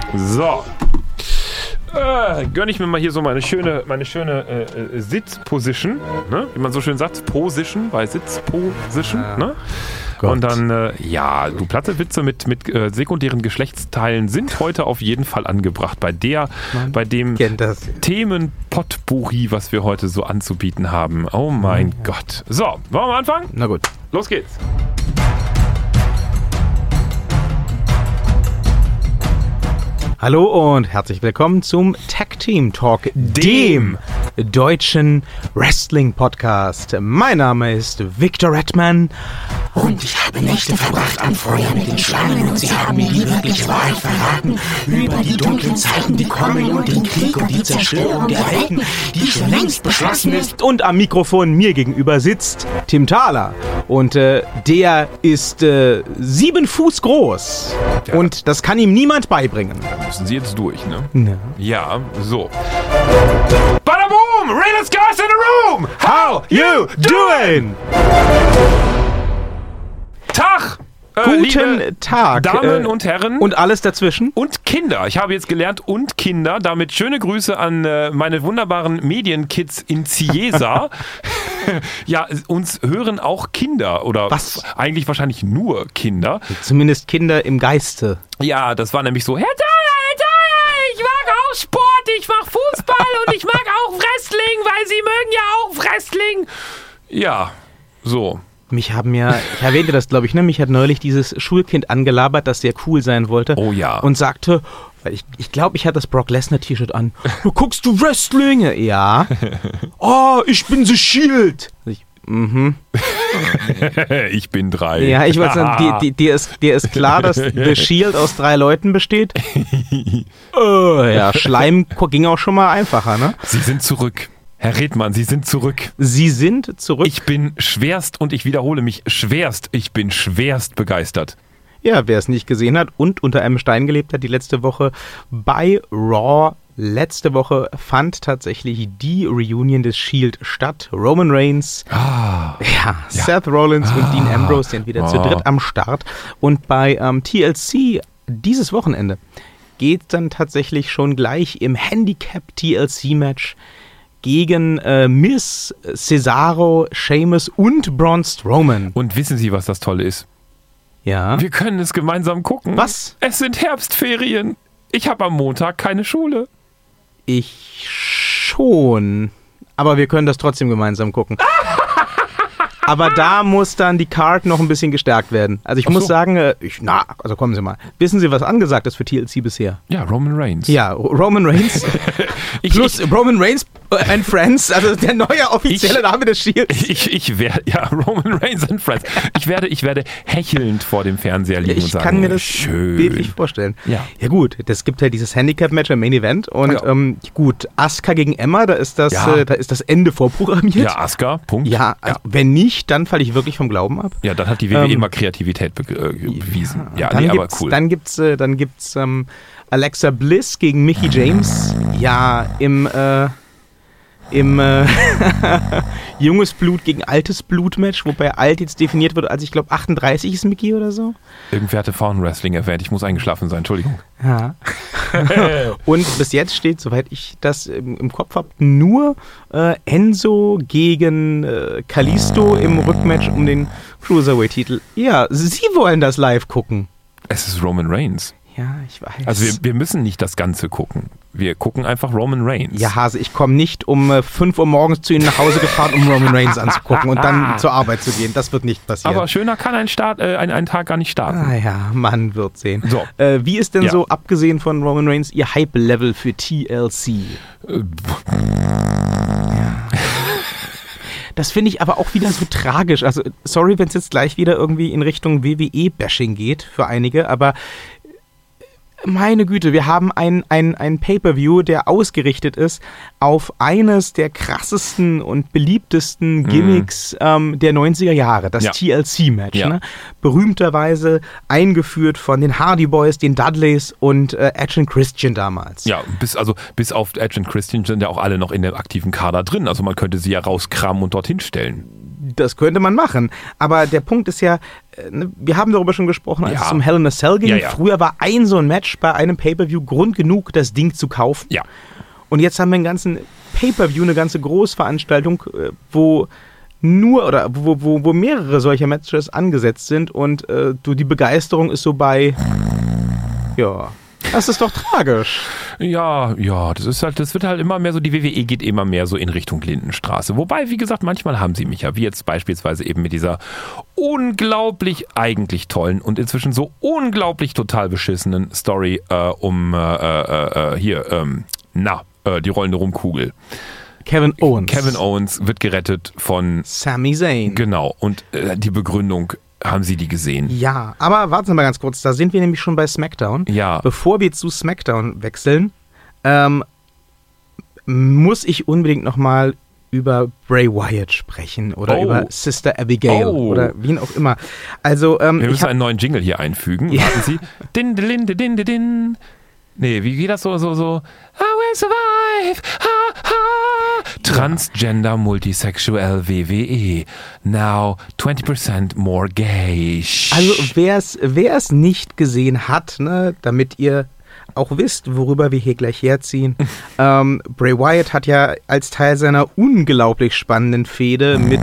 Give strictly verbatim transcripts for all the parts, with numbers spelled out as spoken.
So. Äh, gönne ich mir mal hier so meine schöne, meine schöne äh, Sitzposition, ne? Wie man so schön sagt, Position bei Sitzposition, ja. Ne? Gott. Und dann, äh, ja, du platte Witze mit, mit äh, sekundären Geschlechtsteilen sind heute auf jeden Fall angebracht bei der, Man bei dem Themenpotpourri, was wir heute so anzubieten haben. Oh mein mhm. Gott. So, wollen wir mal anfangen? Na gut. Los geht's. Hallo und herzlich willkommen zum Tag Team Talk, dem deutschen Wrestling Podcast. Mein Name ist Victor Redman. Und ich habe Nächte verbracht am Feuer mit den Schlangen und sie haben mir die wirkliche Wahrheit verraten über die dunklen Zeiten, die kommen und den Krieg und die Zerstörung der Welten, die schon längst beschlossen ist. Und am Mikrofon mir gegenüber sitzt Tim Thaler und äh, der ist äh, sieben Fuß groß ja. Und das kann ihm niemand beibringen. Da müssen Sie jetzt durch, ne? Ja, ja so. Bada boom! Realest guys in the room! How you doing? Tag! Äh, Guten Tag. Damen äh, und Herren. Und alles dazwischen. Und Kinder. Ich habe jetzt gelernt, und Kinder. Damit schöne Grüße an äh, meine wunderbaren Medienkids in Ciesa. Ja, uns hören auch Kinder. Oder Was? Eigentlich wahrscheinlich nur Kinder. Zumindest Kinder im Geiste. Ja, das war nämlich so, Herr Thaler, Herr Thaler, ich mag auch Sport, ich mag Fußball und ich mag auch Wrestling, weil Sie mögen ja auch Wrestling. Ja, so. Mich haben ja, ich erwähnte das, glaube ich, ne? Mich hat neulich dieses Schulkind angelabert, das sehr cool sein wollte. Oh ja. Und sagte, weil ich, ich glaube, ich hatte das Brock Lesnar T-Shirt an. Du guckst du Wrestling? Ja. Oh, ich bin The Shield. Ich, mhm. Ich bin drei. Ja, ich wollte sagen, dir, dir, dir, ist, dir ist klar, dass The Shield aus drei Leuten besteht? Oh, ja, Schleim ging auch schon mal einfacher, ne? Sie sind zurück. Herr Redmann, Sie sind zurück. Sie sind zurück. Ich bin schwerst, und ich wiederhole mich, schwerst, ich bin schwerst begeistert. Ja, wer es nicht gesehen hat und unter einem Stein gelebt hat, die letzte Woche bei Raw. Letzte Woche fand tatsächlich die Reunion des Shield statt. Roman Reigns, ah, ja, ja. Seth Rollins ah, und Dean Ambrose sind wieder ah. zu dritt am Start. Und bei ähm, T L C dieses Wochenende geht dann tatsächlich schon gleich im Handicap-T L C-Match gegen äh, Miz, Cesaro, Sheamus und Braun Strowman. Und wissen Sie, was das Tolle ist? Ja. Wir können es gemeinsam gucken. Was? Es sind Herbstferien. Ich habe am Montag keine Schule. Ich schon. Aber wir können das trotzdem gemeinsam gucken. Aber da muss dann die Card noch ein bisschen gestärkt werden. Also ich Ach muss so. sagen, äh, ich, na, also kommen Sie mal. Wissen Sie, was angesagt ist für T L C bisher? Ja, Roman Reigns. Ja, Roman Reigns ich, plus ich, Roman Reigns and Friends, also der neue offizielle ich, Name des Shields. Ich, ich werde, ja, Roman Reigns and Friends. Ich werde, ich werde hechelnd vor dem Fernseher liegen ich und sagen, kann mir das schön. bildlich vorstellen. Ja. Ja gut, es gibt ja dieses Handicap-Match im Main Event und ja. ähm, gut, Asuka gegen Emma, da ist das, Ja. äh, da ist das Ende vorprogrammiert. Ja, Asuka, Punkt. Ja, also ja. wenn nicht, dann falle ich wirklich vom Glauben ab. Ja, dann hat die W W E Ähm, mal Kreativität be äh, bewiesen. Ja, dann nee, aber gibt's, cool. Dann gibt's, äh, dann gibt's ähm, Alexa Bliss gegen Mickie James. Ja, im äh, im äh, junges Blut gegen altes Blut-Match, wobei alt jetzt definiert wird als, ich glaube, achtunddreißig ist Mickie oder so. Irgendwer hatte Frauenwrestling erwähnt. Ich muss eingeschlafen sein. Entschuldigung. Ja. Und bis jetzt steht, soweit ich das im, im Kopf habe, nur äh, Enzo gegen äh, Kalisto im Rückmatch um den Cruiserweight-Titel. Ja, Sie wollen das live gucken. Es ist Roman Reigns. Ja, ich weiß. Also wir, wir müssen nicht das Ganze gucken. Wir gucken einfach Roman Reigns. Ja, Hase, ich komme nicht um äh, fünf Uhr morgens zu Ihnen nach Hause gefahren, um Roman Reigns anzugucken und dann zur Arbeit zu gehen. Das wird nicht passieren. Aber schöner kann ein, Start, äh, ein, ein Tag gar nicht starten. Ah ja, man wird sehen. So. Äh, wie ist denn Ja. so, abgesehen von Roman Reigns, Ihr Hype-Level für T L C? Äh, Das finde ich aber auch wieder so tragisch. Also, sorry, wenn es jetzt gleich wieder irgendwie in Richtung W W E-Bashing geht für einige, aber meine Güte, wir haben ein, ein, ein Pay-Per-View, der ausgerichtet ist auf eines der krassesten und beliebtesten Gimmicks mm. ähm, der neunziger Jahre, das ja. T L C-Match. Ja. Ne? Berühmterweise eingeführt von den Hardy Boys, den Dudleys und äh, Edge und Christian damals. Ja, bis, also, bis auf Edge und Christian sind ja auch alle noch in dem aktiven Kader drin. Also man könnte sie ja rauskramen und dorthin stellen. Das könnte man machen. Aber der Punkt ist ja, ne, wir haben darüber schon gesprochen, als ja. es um Hell in a Cell ging. Ja, ja. Früher war ein so ein Match bei einem Pay-Per-View Grund genug, das Ding zu kaufen. Ja. Und jetzt haben wir einen ganzen Pay-Per-View, eine ganze Großveranstaltung, wo nur oder wo, wo, wo mehrere solcher Matches angesetzt sind und äh, du, die Begeisterung ist so bei, ja, das ist doch tragisch. Ja, ja, das ist halt, das wird halt immer mehr so, die W W E geht immer mehr so in Richtung Lindenstraße. Wobei, wie gesagt, manchmal haben sie mich ja, wie jetzt beispielsweise eben mit dieser unglaublich eigentlich tollen und inzwischen so unglaublich total beschissenen Story äh, um äh, äh, äh, hier, ähm, na, äh, die rollende Rumkugel. Kevin Owens. Kevin Owens wird gerettet von Sami Zayn. Genau, und äh, die Begründung, haben Sie die gesehen? Ja, aber warten Sie mal ganz kurz, da sind wir nämlich schon bei SmackDown. Ja. Bevor wir zu SmackDown wechseln, ähm, muss ich unbedingt nochmal über Bray Wyatt sprechen oder oh. über Sister Abigail oh. oder wen auch immer. Also, ähm, wir müssen hab, einen neuen Jingle hier einfügen. Ja. Warten Sie. Din, din, din, din, din. Nee, wie geht das so, so, so? I will survive. Ha, ha. Transgender Multisexual W W E. Now twenty percent more gay. Also wer es nicht gesehen hat, ne, damit ihr auch wisst, worüber wir hier gleich herziehen. ähm, Bray Wyatt hat ja als Teil seiner unglaublich spannenden Fehde mit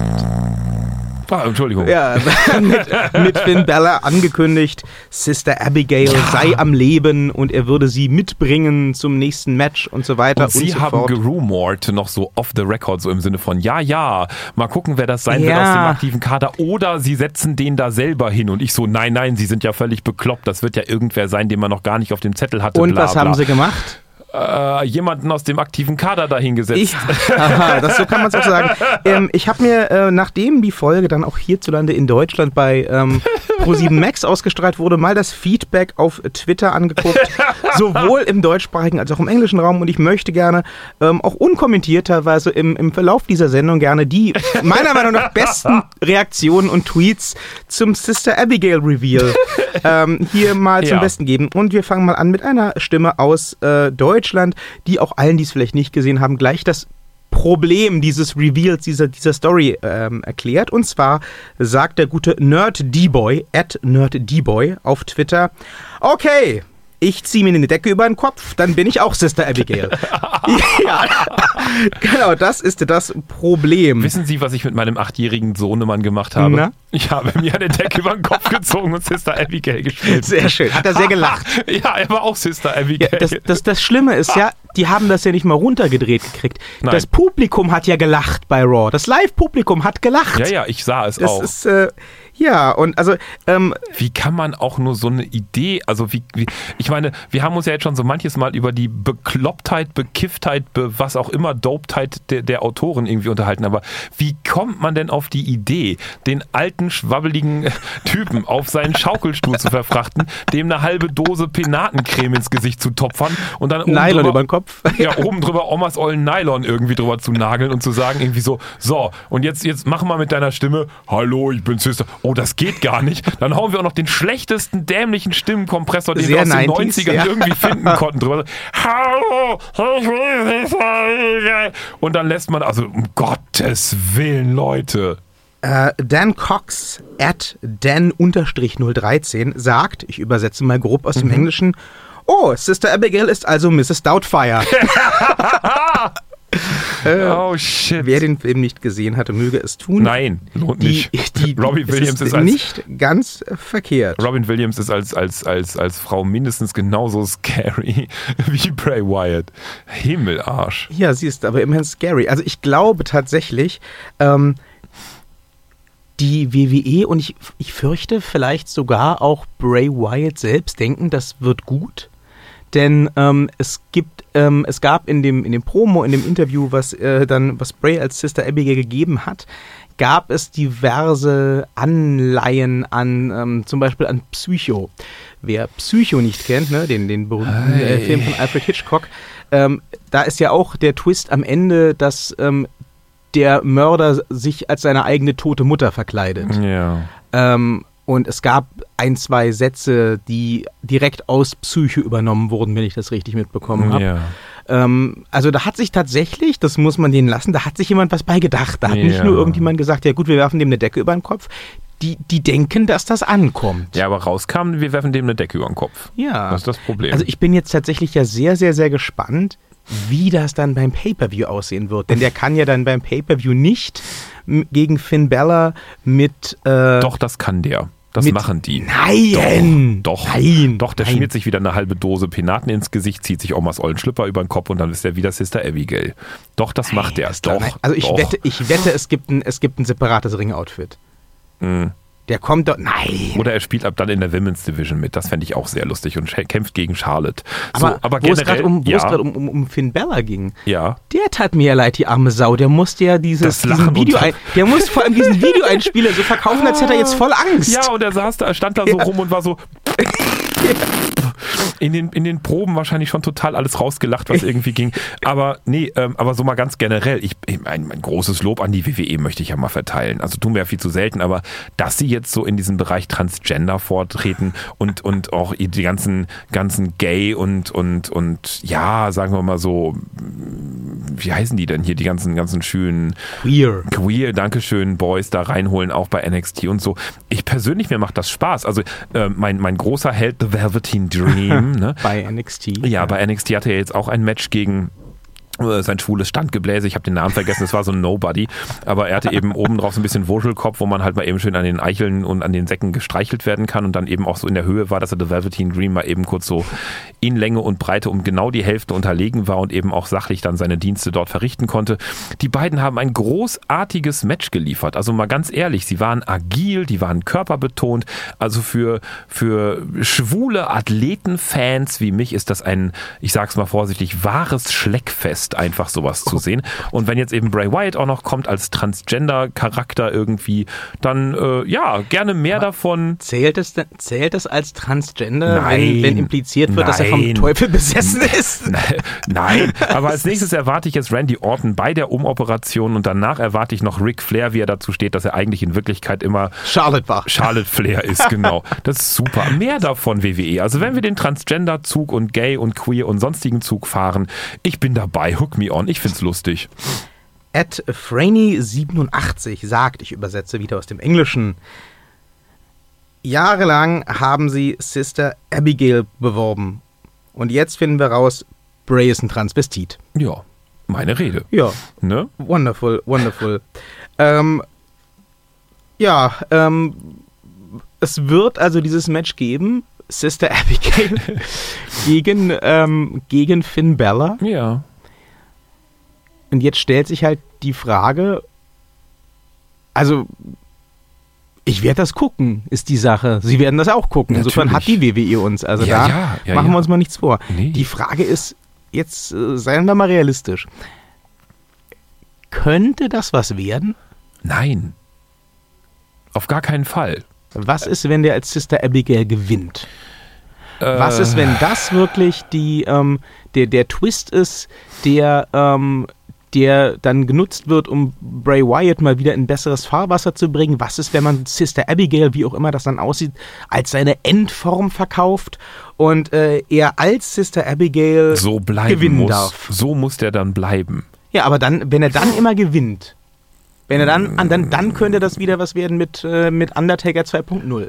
Ah, Entschuldigung. Ja, mit, mit Finn Balor angekündigt, Sister Abigail ja. sei am Leben und er würde sie mitbringen zum nächsten Match und so weiter und, und sie so haben fort. gerumort, noch so off the record, so im Sinne von, ja, ja, mal gucken, wer das sein ja. wird aus dem aktiven Kader oder sie setzen den da selber hin und ich so, nein, nein, sie sind ja völlig bekloppt, das wird ja irgendwer sein, den man noch gar nicht auf dem Zettel hatte. Und bla, was bla. haben sie gemacht? Äh, jemanden aus dem aktiven Kader dahingesetzt. Ich, aha, das, so kann man es auch sagen. Ähm, ich habe mir, äh, nachdem die Folge dann auch hierzulande in Deutschland bei ähm, ProSieben Max ausgestrahlt wurde, mal das Feedback auf Twitter angeguckt, sowohl im deutschsprachigen als auch im englischen Raum und ich möchte gerne ähm, auch unkommentierterweise im, im Verlauf dieser Sendung gerne die meiner Meinung nach besten Reaktionen und Tweets zum Sister Abigail Reveal ähm, hier mal zum Ja. Besten geben und wir fangen mal an mit einer Stimme aus äh, Deutschland, die auch allen, die es vielleicht nicht gesehen haben, gleich das Problem dieses Reveals, dieser, dieser Story ähm, erklärt. Und zwar sagt der gute Nerd D-Boy, at Nerd D-Boy auf Twitter, okay, ich ziehe mir eine Decke über den Kopf, dann bin ich auch Sister Abigail. Ja, genau, das ist das Problem. Wissen Sie, was ich mit meinem achtjährigen Sohnemann gemacht habe? Na? Ich habe mir eine Decke über den Kopf gezogen und Sister Abigail gespielt. Sehr schön, hat er sehr gelacht. Ja, er war auch Sister Abigail. Ja, das, das, das Schlimme ist ja, die haben das ja nicht mal runtergedreht gekriegt. Nein. Das Publikum hat ja gelacht bei Raw. Das Live-Publikum hat gelacht. Ja, ja, ich sah es das auch. ist, äh, ja, und also, ähm, Wie kann man auch nur so eine Idee, also wie, wie, ich meine, wir haben uns ja jetzt schon so manches Mal über die Beklopptheit, Bekifftheit, be, was auch immer, Dopetheit der, der Autoren irgendwie unterhalten, aber wie kommt man denn auf die Idee, den alten, schwabbeligen Typen auf seinen Schaukelstuhl zu verfrachten, dem eine halbe Dose Penatencreme ins Gesicht zu topfern und dann oben Nylon drüber, über den Kopf. ja, oben drüber Omas ollen Nylon irgendwie drüber zu nageln und zu sagen irgendwie so, so, und jetzt, jetzt mach mal mit deiner Stimme, hallo, ich bin Sister. Oh, das geht gar nicht. Dann hauen wir auch noch den schlechtesten, dämlichen Stimmenkompressor, den Sehr wir aus den nineties, neunzigern ja. irgendwie finden konnten, drüber. Hallo, ich bin Sister. Und dann lässt man, also um Gottes Willen, Leute. Äh, Dan Cox at Dan null dreizehn sagt, ich übersetze mal grob aus dem Mhm. Englischen, oh, Sister Abigail ist also Misses Doubtfire. äh, Oh shit. Wer den Film nicht gesehen hatte, möge es tun. Nein, lohnt Die, nicht. die, die, Robbie es Williams ist ist als nicht ganz äh, verkehrt. Robin Williams ist als, als, als, als Frau mindestens genauso scary wie Bray Wyatt. Himmelarsch. Ja, sie ist aber immerhin scary. Also ich glaube tatsächlich, ähm, die W W E und ich, ich fürchte vielleicht sogar auch Bray Wyatt selbst denken, das wird gut. Denn ähm, es gibt, ähm, es gab in dem, in dem Promo, in dem Interview, was äh, dann, was Bray als Sister Abigail gegeben hat, gab es diverse Anleihen an, ähm, zum Beispiel an Psycho. Wer Psycho nicht kennt, ne, den, den berühmten Hey. äh, Film von Alfred Hitchcock, ähm, da ist ja auch der Twist am Ende, dass ähm, der Mörder sich als seine eigene tote Mutter verkleidet. Ja. Ähm, und es gab ein, zwei Sätze, die direkt aus Psycho übernommen wurden, wenn ich das richtig mitbekommen habe. Ja. Ähm, also da hat sich tatsächlich, das muss man denen lassen, da hat sich jemand was bei gedacht. Da hat Ja. nicht nur irgendjemand gesagt, ja gut, wir werfen dem eine Decke über den Kopf. Die, die denken, dass das ankommt. Ja, aber rauskam, wir werfen dem eine Decke über den Kopf. Ja. Das ist das Problem. Also ich bin jetzt tatsächlich ja sehr, sehr, sehr gespannt, wie das dann beim Pay-Per-View aussehen wird. Denn der kann ja dann beim Pay-Per-View nicht m- gegen Finn Balor mit... Äh, Doch, das kann der. Das mit, machen die. Nein! Doch, doch. Nein! Doch, der nein. schmiert sich wieder eine halbe Dose Penaten ins Gesicht, zieht sich Omas ollen Schlüpper über den Kopf und dann ist er wieder Sister Abigail. Doch, das macht der. Das Doch, nein. Also ich doch. wette, ich wette, es gibt ein, es gibt ein separates Ring-Outfit. Mhm. Der kommt doch... Nein! Oder er spielt ab dann in der Women's Division mit. Das fände ich auch sehr lustig und kämpft gegen Charlotte. So, Aber, aber wo es generell, gerade um, wo ja, es grad um, um, um Finn Balor ging, ja. der tat mir ja leid, die arme Sau. Der musste ja dieses Das Lachen diesen Video und- ein, der musste vor allem diesen Videoeinspieler so verkaufen, als hätte er jetzt voll Angst. Ja, und er saß da, stand da so Ja. rum und war so in den, in den Proben wahrscheinlich schon total alles rausgelacht, was irgendwie ging. Aber nee, ähm, aber so mal ganz generell, ich, ich mein, mein großes Lob an die W W E möchte ich ja mal verteilen. Also tun wir ja viel zu selten, aber dass sie jetzt so in diesem Bereich Transgender vortreten und, und auch die ganzen, ganzen Gay und, und, und ja, sagen wir mal so, wie heißen die denn hier, die ganzen, ganzen schönen Queer. Queer, Dankeschön, Boys da reinholen, auch bei N X T und so. Ich persönlich, mir macht das Spaß. Also äh, mein, mein großer Held, The Velveteen Dream, ne? Bei N X T. Ja, bei N X T hatte er jetzt auch ein Match gegen äh, sein schwules Standgebläse. Ich habe den Namen vergessen, es war so ein Nobody. Aber er hatte eben oben drauf so ein bisschen Wuschelkopf, wo man halt mal eben schön an den Eicheln und an den Säcken gestreichelt werden kann und dann eben auch so in der Höhe war, dass er The Velveteen Dream mal eben kurz so in Länge und Breite um genau die Hälfte unterlegen war und eben auch sachlich dann seine Dienste dort verrichten konnte. Die beiden haben ein großartiges Match geliefert. Also mal ganz ehrlich, sie waren agil, die waren körperbetont. Also für, für schwule Athletenfans wie mich ist das ein, ich sag's mal vorsichtig, wahres Schleckfest, einfach sowas zu sehen. Und wenn jetzt eben Bray Wyatt auch noch kommt als Transgender-Charakter irgendwie, dann äh, ja, gerne mehr Aber davon. Zählt es, denn- zählt es als Transgender, Nein. wenn, wenn impliziert wird, dass er vom Nein. Teufel besessen ist? Nein, aber als nächstes erwarte ich jetzt Randy Orton bei der Umoperation und danach erwarte ich noch Ric Flair, wie er dazu steht, dass er eigentlich in Wirklichkeit immer Charlotte war. Charlotte Flair ist, genau. Das ist super. Mehr davon, W W E. Also wenn wir den Transgender-Zug und Gay und Queer und sonstigen Zug fahren, ich bin dabei. Hook me on. Ich find's lustig. At Franny siebenundachtzig sagt, ich übersetze wieder aus dem Englischen, jahrelang haben sie Sister Abigail beworben. Und jetzt finden wir raus, Bray ist ein Transvestit. Ja, meine Rede. Ja, Ne? wonderful, wonderful. ähm, ja, ähm, es wird also dieses Match geben, Sister Abigail gegen, ähm, gegen Finn Balor. Ja. Und jetzt stellt sich halt die Frage, also ich werde das gucken, ist die Sache. Sie werden das auch gucken. Insofern hat die W W E uns. Also Ja, da ja, ja, machen ja. wir uns mal nichts vor. Nee. Die Frage ist, jetzt äh, seien wir mal realistisch. Könnte das was werden? Nein. Auf gar keinen Fall. Was ist, wenn der als Sister Abigail gewinnt? Äh, Was ist, wenn das wirklich die, ähm, der, der Twist ist, der, ähm, der dann genutzt wird, um Bray Wyatt mal wieder in besseres Fahrwasser zu bringen? Was ist, wenn man Sister Abigail, wie auch immer das dann aussieht, als seine Endform verkauft und äh, er als Sister Abigail so bleiben gewinnen muss. darf? So muss der dann bleiben. Ja, aber dann, wenn er dann immer gewinnt, wenn er dann, dann, dann könnte das wieder was werden mit, äh, mit Undertaker zwei Punkt null.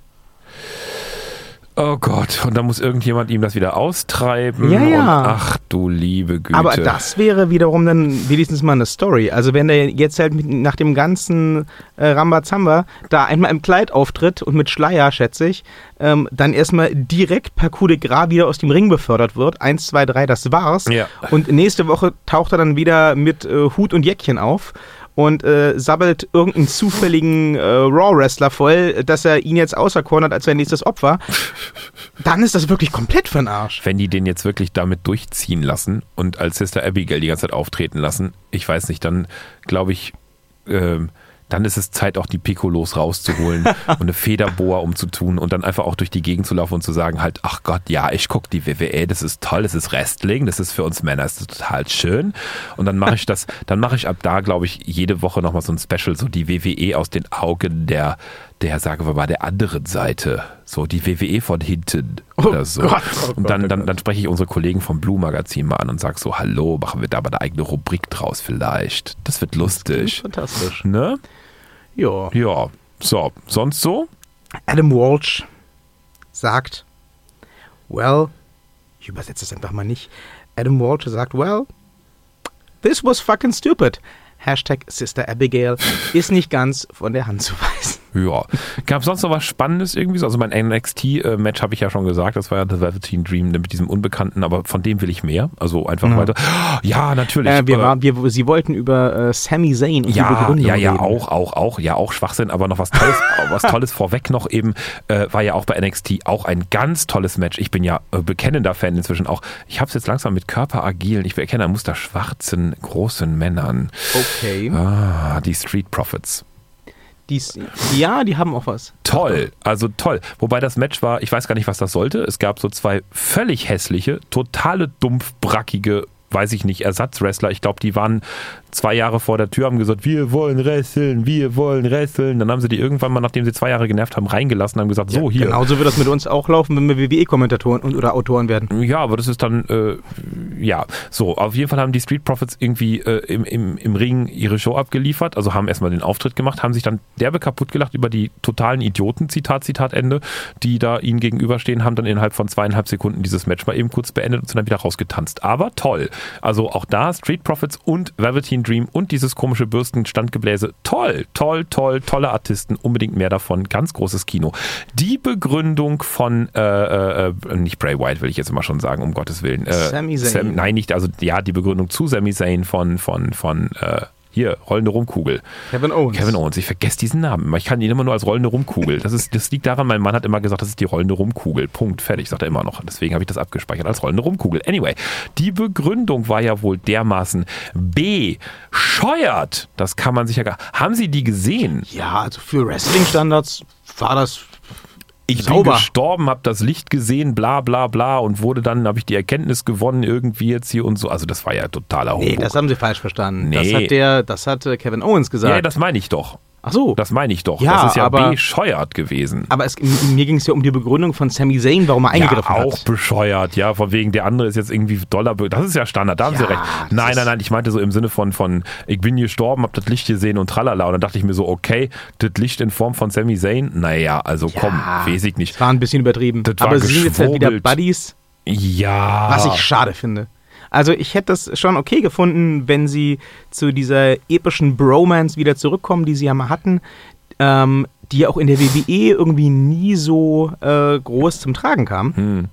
Oh Gott, und dann muss irgendjemand ihm das wieder austreiben. Ja, ja. Und ach du liebe Güte. Aber das wäre wiederum dann wenigstens mal eine Story. Also wenn der jetzt halt mit, nach dem ganzen äh, Rambazamba da einmal im Kleid auftritt und mit Schleier, schätze ich, ähm, dann erstmal direkt per Coup de Gras wieder aus dem Ring befördert wird. Eins, zwei, drei, das war's. Ja. Und nächste Woche taucht er dann wieder mit äh, Hut und Jäckchen auf und äh, sabbelt irgendeinen zufälligen äh, Raw-Wrestler voll, dass er ihn jetzt auserkoren als sein nächstes Opfer, dann ist das wirklich komplett für den Arsch. Wenn die den jetzt wirklich damit durchziehen lassen und als Sister Abigail die ganze Zeit auftreten lassen, ich weiß nicht, dann glaube ich, ähm, dann ist es Zeit, auch die Piccolos rauszuholen und eine Federboa umzutun und dann einfach auch durch die Gegend zu laufen und zu sagen halt, ach Gott, ja, ich gucke die W W E, das ist toll, das ist Wrestling, das ist für uns Männer, das ist total schön. Und dann mache ich das, dann mache ich ab da, glaube ich, jede Woche nochmal so ein Special, so die W W E aus den Augen der der, sagen wir mal, der anderen Seite, so die W W E von hinten Oh oder so. Gott, oh und Gott, dann, oh dann, Gott. dann spreche ich unsere Kollegen vom Blue Magazin mal an und sage so, hallo, machen wir da mal eine eigene Rubrik draus vielleicht. Das wird lustig. Fantastisch. Ne? Ja. Ja, so, sonst so? Adam Walsh sagt, well, ich übersetze das einfach mal nicht. Adam Walsh sagt, well, this was fucking stupid. Hashtag Sister Abigail ist nicht ganz von der Hand zu weisen. Ja. Gab es sonst noch was Spannendes irgendwie? Also mein N X T-Match habe ich ja schon gesagt, das war ja The Velveteen Dream mit diesem Unbekannten, aber von dem will ich mehr. Also einfach Ja. weiter. Ja, natürlich. Äh, wir Äh, waren, wir, sie wollten über äh, Sami Zayn und die Ja, Begründung ja, ja, reden. auch, auch, auch, ja, auch Schwachsinn, aber noch was Tolles, was Tolles vorweg noch eben, äh, war ja auch bei N X T auch ein ganz tolles Match. Ich bin ja äh, bekennender Fan inzwischen auch. Ich habe es jetzt langsam mit körperagilen, ich erkenne ein Muster schwarzen, großen Männern. Okay. Ah, die Street Profits. Dies, ja, die haben auch was. Toll, also toll. Wobei das Match war, ich weiß gar nicht, was das sollte. Es gab so zwei völlig hässliche, totale dumpfbrackige, weiß ich nicht, Ersatzwrestler. Ich glaube, die waren zwei Jahre vor der Tür, haben gesagt, wir wollen wresteln, wir wollen wresteln. Dann haben sie die irgendwann mal, nachdem sie zwei Jahre genervt haben, reingelassen, haben gesagt, so hier. Genauso wird das mit uns auch laufen, wenn wir W W E-Kommentatoren und oder Autoren werden. Ja, aber das ist dann, äh, ja, so, auf jeden Fall haben die Street Profits irgendwie äh, im, im, im Ring ihre Show abgeliefert, also haben erstmal den Auftritt gemacht, haben sich dann derbe kaputt gelacht über die totalen Idioten, Zitat, Zitat, Ende, die da ihnen gegenüberstehen, haben dann innerhalb von zweieinhalb Sekunden dieses Match mal eben kurz beendet und sind dann wieder rausgetanzt. Aber toll. Also auch da Street Profits und Velveteen Dream und dieses komische Bürstenstandgebläse. Toll, toll, toll, tolle Artisten. Unbedingt mehr davon. Ganz großes Kino. Die Begründung von, äh, äh, nicht Bray Wyatt will ich jetzt mal schon sagen, um Gottes Willen. Äh, Sami Zayn. Sam, nein, nicht, also ja, die Begründung zu Sami Zayn von, von, von, äh, hier, rollende Rumkugel. Kevin Owens. Kevin Owens, ich vergesse diesen Namen immer. Ich kann ihn immer nur als rollende Rumkugel. Das, ist, das liegt daran, mein Mann hat immer gesagt, das ist die rollende Rumkugel. Punkt, fertig, sagt er immer noch. Deswegen habe ich das abgespeichert als rollende Rumkugel. Anyway, die Begründung war ja wohl dermaßen bescheuert. Das kann man sich ja gar... Haben Sie die gesehen? Ja, also für Wrestling-Standards war das Ich sauber. bin gestorben, habe das Licht gesehen, bla bla bla und wurde dann, habe ich die Erkenntnis gewonnen irgendwie jetzt hier und so. Also das war ja totaler Humbug. Nee, das haben Sie falsch verstanden. Nee. Das hat der, das hat äh, Kevin Owens gesagt. Ja, das meine ich doch. Ach so. Das meine ich doch. Ja, das ist ja aber- bescheuert gewesen. Aber es, m- mir ging es ja um die Begründung von Sami Zayn, warum er Ja, eingegriffen auch hat. bescheuert, ja, von wegen der andere ist jetzt irgendwie Dollar, das ist ja Standard, da haben Ja, Sie recht. das Nein, ist- nein, nein, ich meinte so im Sinne von, von ich bin gestorben, hab das Licht gesehen und tralala und dann dachte ich mir so, okay, das Licht in Form von Sami Zayn, naja, also Ja, komm, weiß ich nicht. Das war ein bisschen übertrieben. Das war Aber sie sind jetzt halt wieder geschwurbelt. Buddies, Ja. was ich schade finde. Also ich hätte das schon okay gefunden, wenn sie zu dieser epischen Bromance wieder zurückkommen, die sie ja mal hatten, ähm, die ja auch in der W W E irgendwie nie so äh, groß zum Tragen kam. Hm.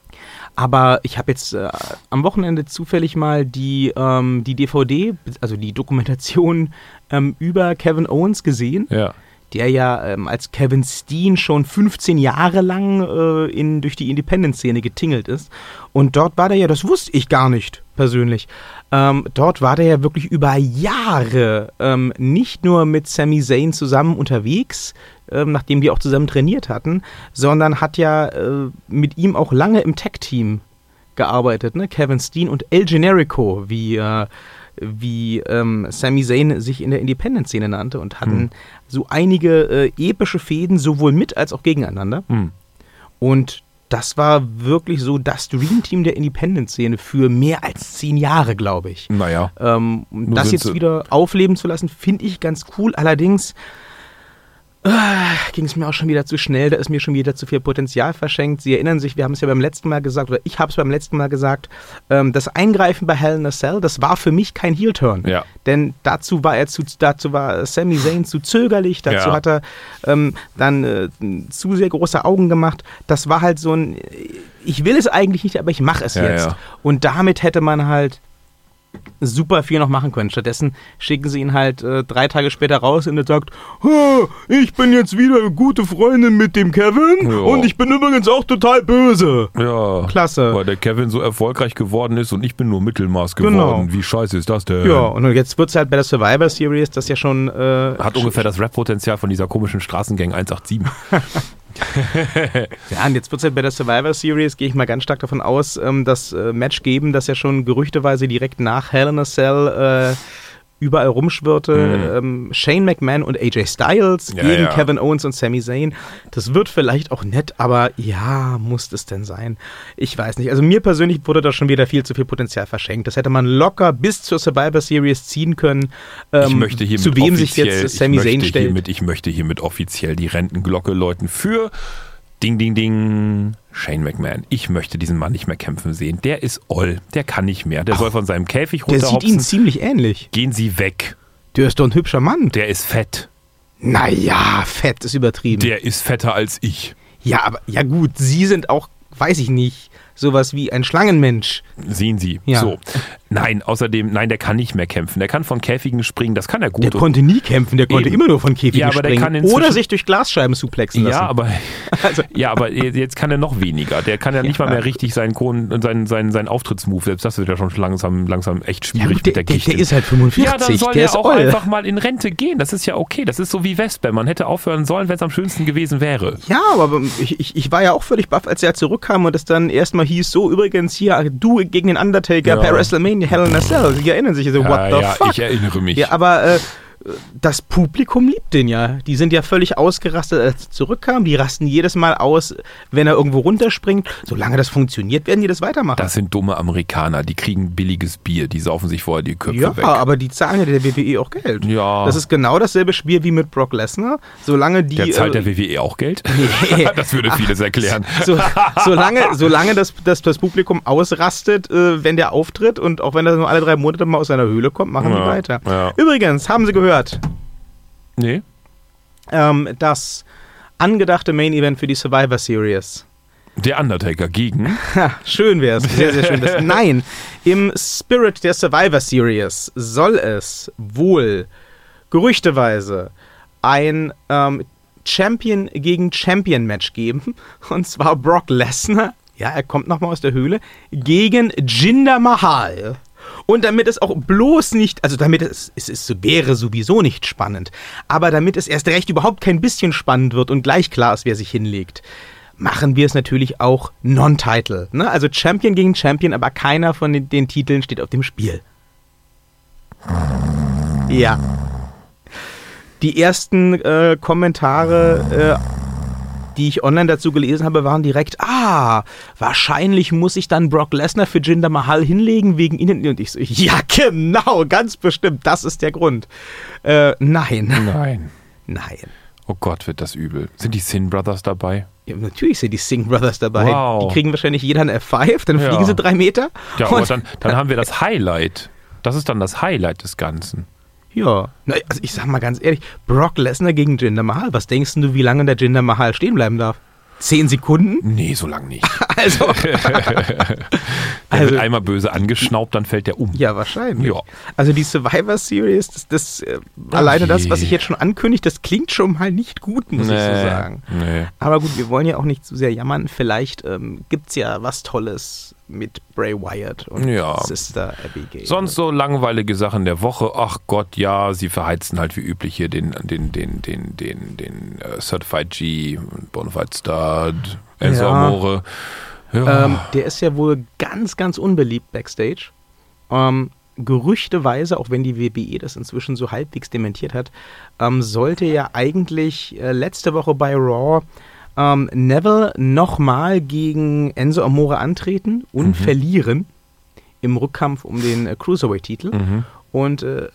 Aber ich habe jetzt äh, am Wochenende zufällig mal die, ähm, die D V D, also die Dokumentation ähm, über Kevin Owens gesehen, Ja. der ja ähm, als Kevin Steen schon fünfzehn Jahre lang äh, in, durch die Independent-Szene getingelt ist. Und dort war der ja, das wusste ich gar nicht persönlich, ähm, dort war der ja wirklich über Jahre ähm, nicht nur mit Sami Zayn zusammen unterwegs, ähm, nachdem die auch zusammen trainiert hatten, sondern hat ja äh, mit ihm auch lange im Tag-Team gearbeitet, ne? Kevin Steen und El Generico, wie äh, wie ähm, Sami Zayn sich in der Independent-Szene nannte und hatten Hm. so einige äh, epische Fäden, sowohl mit als auch gegeneinander. Hm. Und das war wirklich so das Dream-Team der Independent-Szene für mehr als zehn Jahre, glaube ich. Naja. Ähm, um Nur das sind jetzt sie- wieder aufleben zu lassen, finde ich ganz cool. Allerdings äh, ging es mir auch schon wieder zu schnell, da ist mir schon wieder zu viel Potenzial verschenkt. Sie erinnern sich, wir haben es ja beim letzten Mal gesagt, oder ich habe es beim letzten Mal gesagt, ähm, das Eingreifen bei Hell in a Cell, das war für mich kein Heel-Turn. Ja. Denn dazu war er zu, dazu war Sami Zayn zu zögerlich, dazu Ja. hat er ähm, dann äh, zu sehr große Augen gemacht. Das war halt so ein, ich will es eigentlich nicht, aber ich mache es Ja, jetzt. ja. Und damit hätte man halt super viel noch machen können. Stattdessen schicken sie ihn halt äh, drei Tage später raus und er sagt, "Ha, ich bin jetzt wieder eine gute Freundin mit dem Kevin Ja. und ich bin übrigens auch total böse. Ja. Klasse. Weil der Kevin so erfolgreich geworden ist und ich bin nur Mittelmaß geworden. Genau. Wie scheiße ist das denn? Ja, und jetzt wird es halt bei der Survivor Series, das ja schon äh, Hat ungefähr das Rap-Potenzial von dieser komischen Straßengang eins acht sieben. Ja, und jetzt wird es halt bei der Survivor Series, gehe ich mal ganz stark davon aus, ähm, das äh, Match geben, das ja schon gerüchteweise direkt nach Hell in a Cell äh, überall rumschwirrte. Mhm. Ähm, Shane McMahon und A J Styles ja, gegen ja. Kevin Owens und Sami Zayn. Das wird vielleicht auch nett, aber ja, muss es denn sein? Ich weiß nicht. Also mir persönlich wurde da schon wieder viel zu viel Potenzial verschenkt. Das hätte man locker bis zur Survivor Series ziehen können. Ähm, ich möchte hiermit zu wem sich jetzt Sami Zayn stellt. Hiermit, ich möchte hiermit offiziell die Rentenglocke läuten für Ding, Ding, Ding, Shane McMahon. Ich möchte diesen Mann nicht mehr kämpfen sehen. Der ist oll. Der kann nicht mehr. Der Ach, soll von seinem Käfig runterhopsen. Der sieht ihn ziemlich ähnlich. Gehen Sie weg. Der ist doch ein hübscher Mann. Der ist fett. Naja, fett ist übertrieben. Der ist fetter als ich. Ja, aber ja gut, Sie sind auch, weiß ich nicht, sowas wie ein Schlangenmensch. Sehen Sie. Ja. So. Nein, außerdem, nein, der kann nicht mehr kämpfen. Der kann von Käfigen springen, das kann er gut. Der konnte nie kämpfen, der konnte Eben. immer nur von Käfigen ja, aber springen. Der kann inzwischen oder sich durch Glasscheiben suplexen lassen. Ja, aber, also. ja, aber jetzt kann er noch weniger. Der kann ja nicht ja. mal mehr richtig seinen, seinen, seinen, seinen Auftrittsmove, selbst das wird ja schon langsam, langsam echt schwierig ja, gut, der, mit der Gicht. Der, der ist halt fünfundvierzig. Ja, dann soll der er ist auch oll. einfach mal in Rente gehen. Das ist ja okay. Das ist so wie Westbam. Man hätte aufhören sollen, wenn es am schönsten gewesen wäre. Ja, aber ich, ich, ich war ja auch völlig baff, als er zurückkam und es dann erstmal hieß, so übrigens hier, du gegen den Undertaker ja. per WrestleMania Hell in a Cell. Sie erinnern sich so, what ja, the ja, fuck? Ich erinnere mich. Ja, aber äh, das Publikum liebt den ja. Die sind ja völlig ausgerastet, als er zurückkam. Die rasten jedes Mal aus, wenn er irgendwo runterspringt. Solange das funktioniert, werden die das weitermachen. Das sind dumme Amerikaner. Die kriegen billiges Bier. Die saufen sich vorher die Köpfe ja, weg. Ja, aber die zahlen ja der W W E auch Geld. Ja. Das ist genau dasselbe Spiel wie mit Brock Lesnar. Solange die... Der zahlt äh, der W W E auch Geld? Nee. Das würde vieles erklären. So, solange solange das, das, das Publikum ausrastet, äh, wenn der auftritt und auch wenn er nur alle drei Monate mal aus seiner Höhle kommt, machen ja, die weiter. Ja. Übrigens, haben Sie gehört? Nee. Ähm, das angedachte Main Event für die Survivor Series. Der Undertaker gegen? Ha, schön wär's. Sehr, sehr schön wär's. Nein, im Spirit der Survivor Series soll es wohl gerüchteweise ein ähm, Champion gegen Champion Match geben. Und zwar Brock Lesnar, ja, er kommt nochmal aus der Höhle, gegen Jinder Mahal. Und damit es auch bloß nicht, also damit es, es, es wäre sowieso nicht spannend, aber damit es erst recht überhaupt kein bisschen spannend wird und gleich klar ist, wer sich hinlegt, machen wir es natürlich auch Non-Title. Ne? Also Champion gegen Champion, aber keiner von den, den Titeln steht auf dem Spiel. Ja. Die ersten äh, Kommentare, äh, die ich online dazu gelesen habe, waren direkt, ah, wahrscheinlich muss ich dann Brock Lesnar für Jinder Mahal hinlegen wegen ihnen. Und ich so, ja genau, ganz bestimmt, das ist der Grund. Äh, nein. Nein. Nein. Oh Gott, wird das übel. Sind die Sin Brothers dabei? Ja, natürlich sind die Singh Brothers dabei. Wow. Die kriegen wahrscheinlich jeder eine F fünf, dann Ja. fliegen sie drei Meter. Ja, aber dann, dann haben wir das Highlight. Das ist dann das Highlight des Ganzen. Ja, na, also ich sag mal ganz ehrlich, Brock Lesnar gegen Jinder Mahal, was denkst du, wie lange der Jinder Mahal stehen bleiben darf? Zehn Sekunden? Nee, so lang nicht. Also, Der Also- wird einmal böse angeschnaubt, dann fällt der um. ja, wahrscheinlich. Ja. Also die Survivor Series, das, das äh, alleine das, je. was ich jetzt schon ankündige, das klingt schon mal nicht gut, muss ich so sagen. Nee. Aber gut, wir wollen ja auch nicht zu sehr jammern. Vielleicht ähm, gibt's ja was Tolles mit Bray Wyatt und Ja. Sister Abigail. Sonst so langweilige Sachen der Woche. Ach Gott, ja, sie verheizen halt wie üblich hier den, den, den, den, den, den uh, Certified G, Bonafide Stud, Enzo Ja. Amore. Ja. Ähm, der ist ja wohl ganz, ganz unbeliebt backstage. Ähm, gerüchteweise, auch wenn die W W E das inzwischen so halbwegs dementiert hat, ähm, sollte ja eigentlich äh, letzte Woche bei Raw ähm, Neville nochmal gegen Enzo Amore antreten und Mhm. verlieren im Rückkampf um den äh, Cruiserweight-Titel. Mhm. Und äh,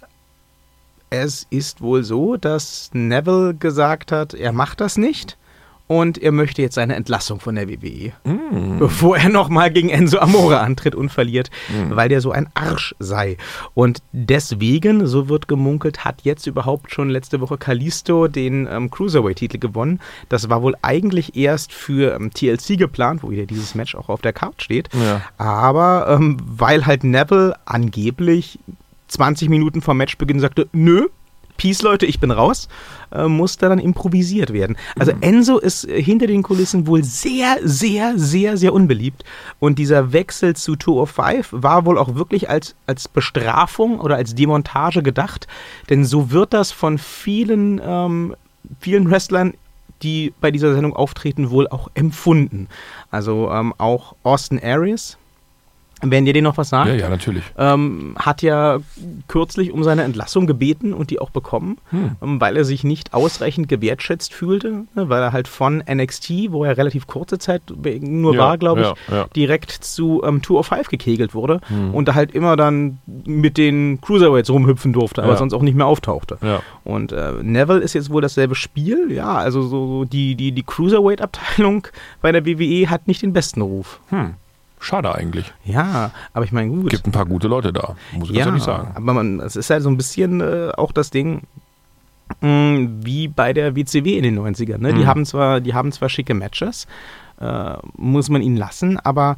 es ist wohl so, dass Neville gesagt hat, er macht das nicht und er möchte jetzt seine Entlassung von der W W E, Mhm. bevor er nochmal gegen Enzo Amore antritt und verliert, Mhm. weil der so ein Arsch sei. Und deswegen, so wird gemunkelt, hat jetzt überhaupt schon letzte Woche Kalisto den ähm, Cruiserweight-Titel gewonnen. Das war wohl eigentlich erst für ähm, T L C geplant, wo wieder dieses Match auch auf der Card steht. Ja. Aber ähm, weil halt Neville angeblich zwanzig Minuten vor Matchbeginn sagte, nö, Peace, Leute, ich bin raus, äh, musste dann improvisiert werden. Also Enzo ist äh, hinter den Kulissen wohl sehr, sehr, sehr, sehr unbeliebt. Und dieser Wechsel zu zweihundertfünf war wohl auch wirklich als, als Bestrafung oder als Demontage gedacht. Denn so wird das von vielen, ähm, vielen Wrestlern, die bei dieser Sendung auftreten, wohl auch empfunden. Also ähm, auch Austin Aries, Wenn dir den noch was sagt. Ja, ja, natürlich. Ähm, hat ja kürzlich um seine Entlassung gebeten und die auch bekommen, hm. ähm, weil er sich nicht ausreichend gewertschätzt fühlte, ne, weil er halt von N X T, wo er relativ kurze Zeit nur ja, war, glaube ich, ja, ja. direkt zu ähm, two oh five gekegelt wurde hm. und da halt immer dann mit den Cruiserweights rumhüpfen durfte, aber ja. sonst auch nicht mehr auftauchte. Ja. Und äh, Neville ist jetzt wohl dasselbe Spiel, ja, also so, so die, die, die Cruiserweight-Abteilung bei der W W E hat nicht den besten Ruf. Hm. Schade eigentlich. Ja, aber ich meine, gut. Gibt ein paar gute Leute da, muss ich ja, ganz ehrlich sagen. Aber man, es ist halt so ein bisschen äh, auch das Ding, mh, wie bei der W C W in den neunzigern. Ne? Mhm. Die haben zwar, die haben zwar schicke Matches, äh, muss man ihnen lassen, aber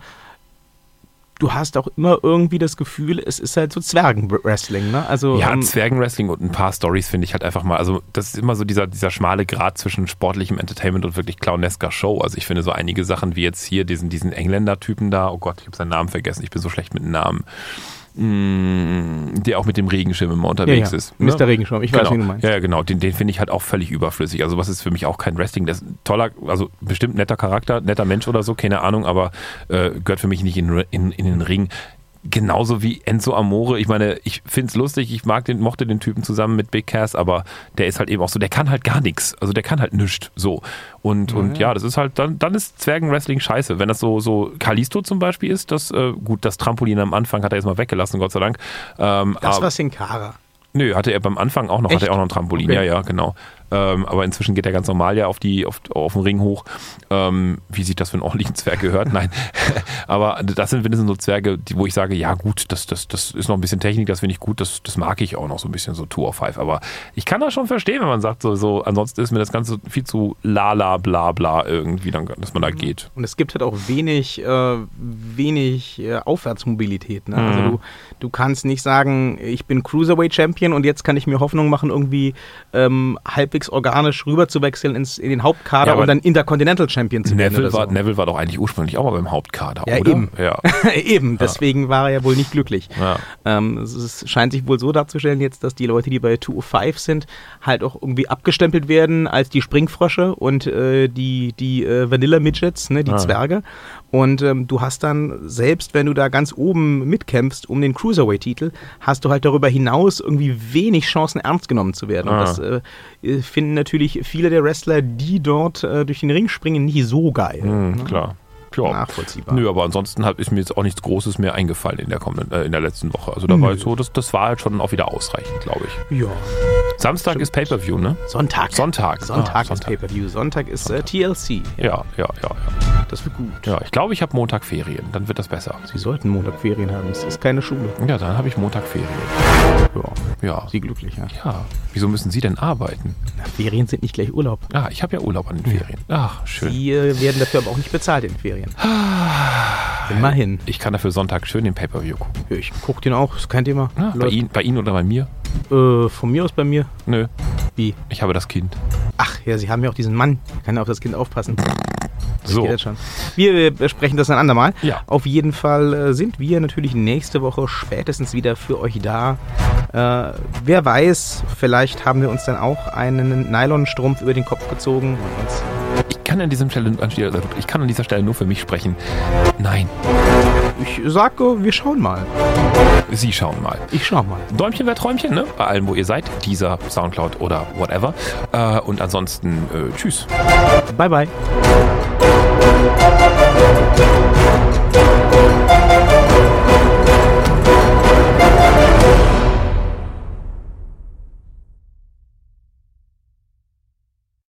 du hast auch immer irgendwie das Gefühl, es ist halt so Zwergenwrestling, ne? Also, ja, ähm, Zwergenwrestling und ein paar Storys finde ich halt einfach mal, also das ist immer so dieser, dieser schmale Grat zwischen sportlichem Entertainment und wirklich clownesker Show. Also ich finde so einige Sachen wie jetzt hier diesen, diesen Engländer-Typen da, oh Gott, ich habe seinen Namen vergessen, ich bin so schlecht mit Namen, der auch mit dem Regenschirm immer unterwegs ja, ja. ist. Mister Ne? Regenschirm, ich weiß, genau. wie du meinst. Ja, ja, genau, den, den finde ich halt auch völlig überflüssig. Also was ist für mich auch kein Wrestling, der ist ein toller, also bestimmt netter Charakter, netter Mensch oder so, keine Ahnung, aber äh, gehört für mich nicht in, in, in den Ring. Genauso wie Enzo Amore. Ich meine, ich finde es lustig, ich mag den, mochte den Typen zusammen mit Big Cass, aber der ist halt eben auch so, der kann halt gar nichts. Also der kann halt nichts. So. Und, ja, und ja, das ist halt, dann, dann ist Zwergenwrestling scheiße. Wenn das so, so Kalisto zum Beispiel ist, das, äh, gut, das Trampolin am Anfang hat er jetzt mal weggelassen, Gott sei Dank. Ähm, das aber, war Sin Cara. Nö, hatte er beim Anfang auch noch, Echt? hatte er auch noch ein Trampolin, Okay. ja, ja, genau. Ähm, aber inzwischen geht er ganz normal ja auf, die, auf, auf den Ring hoch. Ähm, wie sich das für einen ordentlichen Zwerg gehört? Nein. Aber das sind wenigstens so Zwerge, die, wo ich sage, ja gut, das, das, das ist noch ein bisschen Technik, das finde ich gut, das, das mag ich auch noch so ein bisschen, so two oh five. Aber ich kann das schon verstehen, wenn man sagt, so, so ansonsten ist mir das Ganze viel zu lala, bla bla irgendwie, dann, dass man da geht. Und es gibt halt auch wenig, äh, wenig äh, Aufwärtsmobilität. Ne? Mhm. Also du, du kannst nicht sagen, ich bin Cruiserweight Champion und jetzt kann ich mir Hoffnung machen, irgendwie ähm, halbwegs organisch rüber zu wechseln ins, in den Hauptkader Ja, und dann Intercontinental Champion zu werden. Neville oder war, so. Neville war doch eigentlich ursprünglich auch mal beim Hauptkader, Ja, oder? eben. Ja, eben, deswegen war er ja wohl nicht glücklich. Ja. Ähm, es ist, scheint sich wohl so darzustellen jetzt, dass die Leute, die bei two oh five sind, halt auch irgendwie abgestempelt werden als die Springfrösche und äh, die, die äh, Vanilla-Midgets, ne, die Ah. Zwerge. Und ähm, du hast dann, selbst wenn du da ganz oben mitkämpfst um den Cruiserweight-Titel, hast du halt darüber hinaus irgendwie wenig Chancen, ernst genommen zu werden. Ah. Und das äh, finden natürlich viele der Wrestler, die dort äh, durch den Ring springen, nicht so geil. Mhm, ne? klar. Ja. Nachvollziehbar. Nö, aber ansonsten hat, ist mir jetzt auch nichts Großes mehr eingefallen in der kommenden, äh, in der letzten Woche. Also da war jetzt so, das, das war halt schon auch wieder ausreichend, glaube ich. Ja. Samstag Stimmt. ist Pay-Per-View, ne? Sonntag. Sonntag. Sonntag Ah, ist Sonntag. Pay-Per-View. Sonntag ist äh, Sonntag. T L C. Ja, ja, ja, ja. Das wird gut. Ja, ich glaube, ich habe Montag Ferien. Dann wird das besser. Sie sollten Montag Ferien haben. Es ist keine Schule. Ja, dann habe ich Montag Ferien. Ja. Ja. Sie glücklich, ja. Ja. Wieso müssen Sie denn arbeiten? Na, Ferien sind nicht gleich Urlaub. Ah, ich habe ja Urlaub an den Ferien. Ach, schön. Sie äh, werden dafür aber auch nicht bezahlt in Ferien. Immerhin. Ich kann dafür Sonntag schön den Pay-Per-View gucken. Ja, ich guck den auch, ist kein Thema. Ja, bei, Läuft. Ihnen, bei Ihnen oder bei mir? Äh, von mir aus bei mir. Nö, Wie? ich habe das Kind. Ach, ja, Sie haben ja auch diesen Mann. Kann ja auf das Kind aufpassen. Das So. geht jetzt schon. Wir äh, besprechen das ein andermal. Ja. Auf jeden Fall äh, sind wir natürlich nächste Woche spätestens wieder für euch da. Äh, wer weiß, vielleicht haben wir uns dann auch einen Nylonstrumpf über den Kopf gezogen und uns Ich kann an, diesem Stelle, ich kann an dieser Stelle nur für mich sprechen. Nein, Ich sage, wir schauen mal. Sie schauen mal. Ich schau mal. Däumchen wäre Träumchen, ne? Bei allem, wo ihr seid. Dieser, Soundcloud oder whatever. Äh, und ansonsten, äh, tschüss. Bye, bye.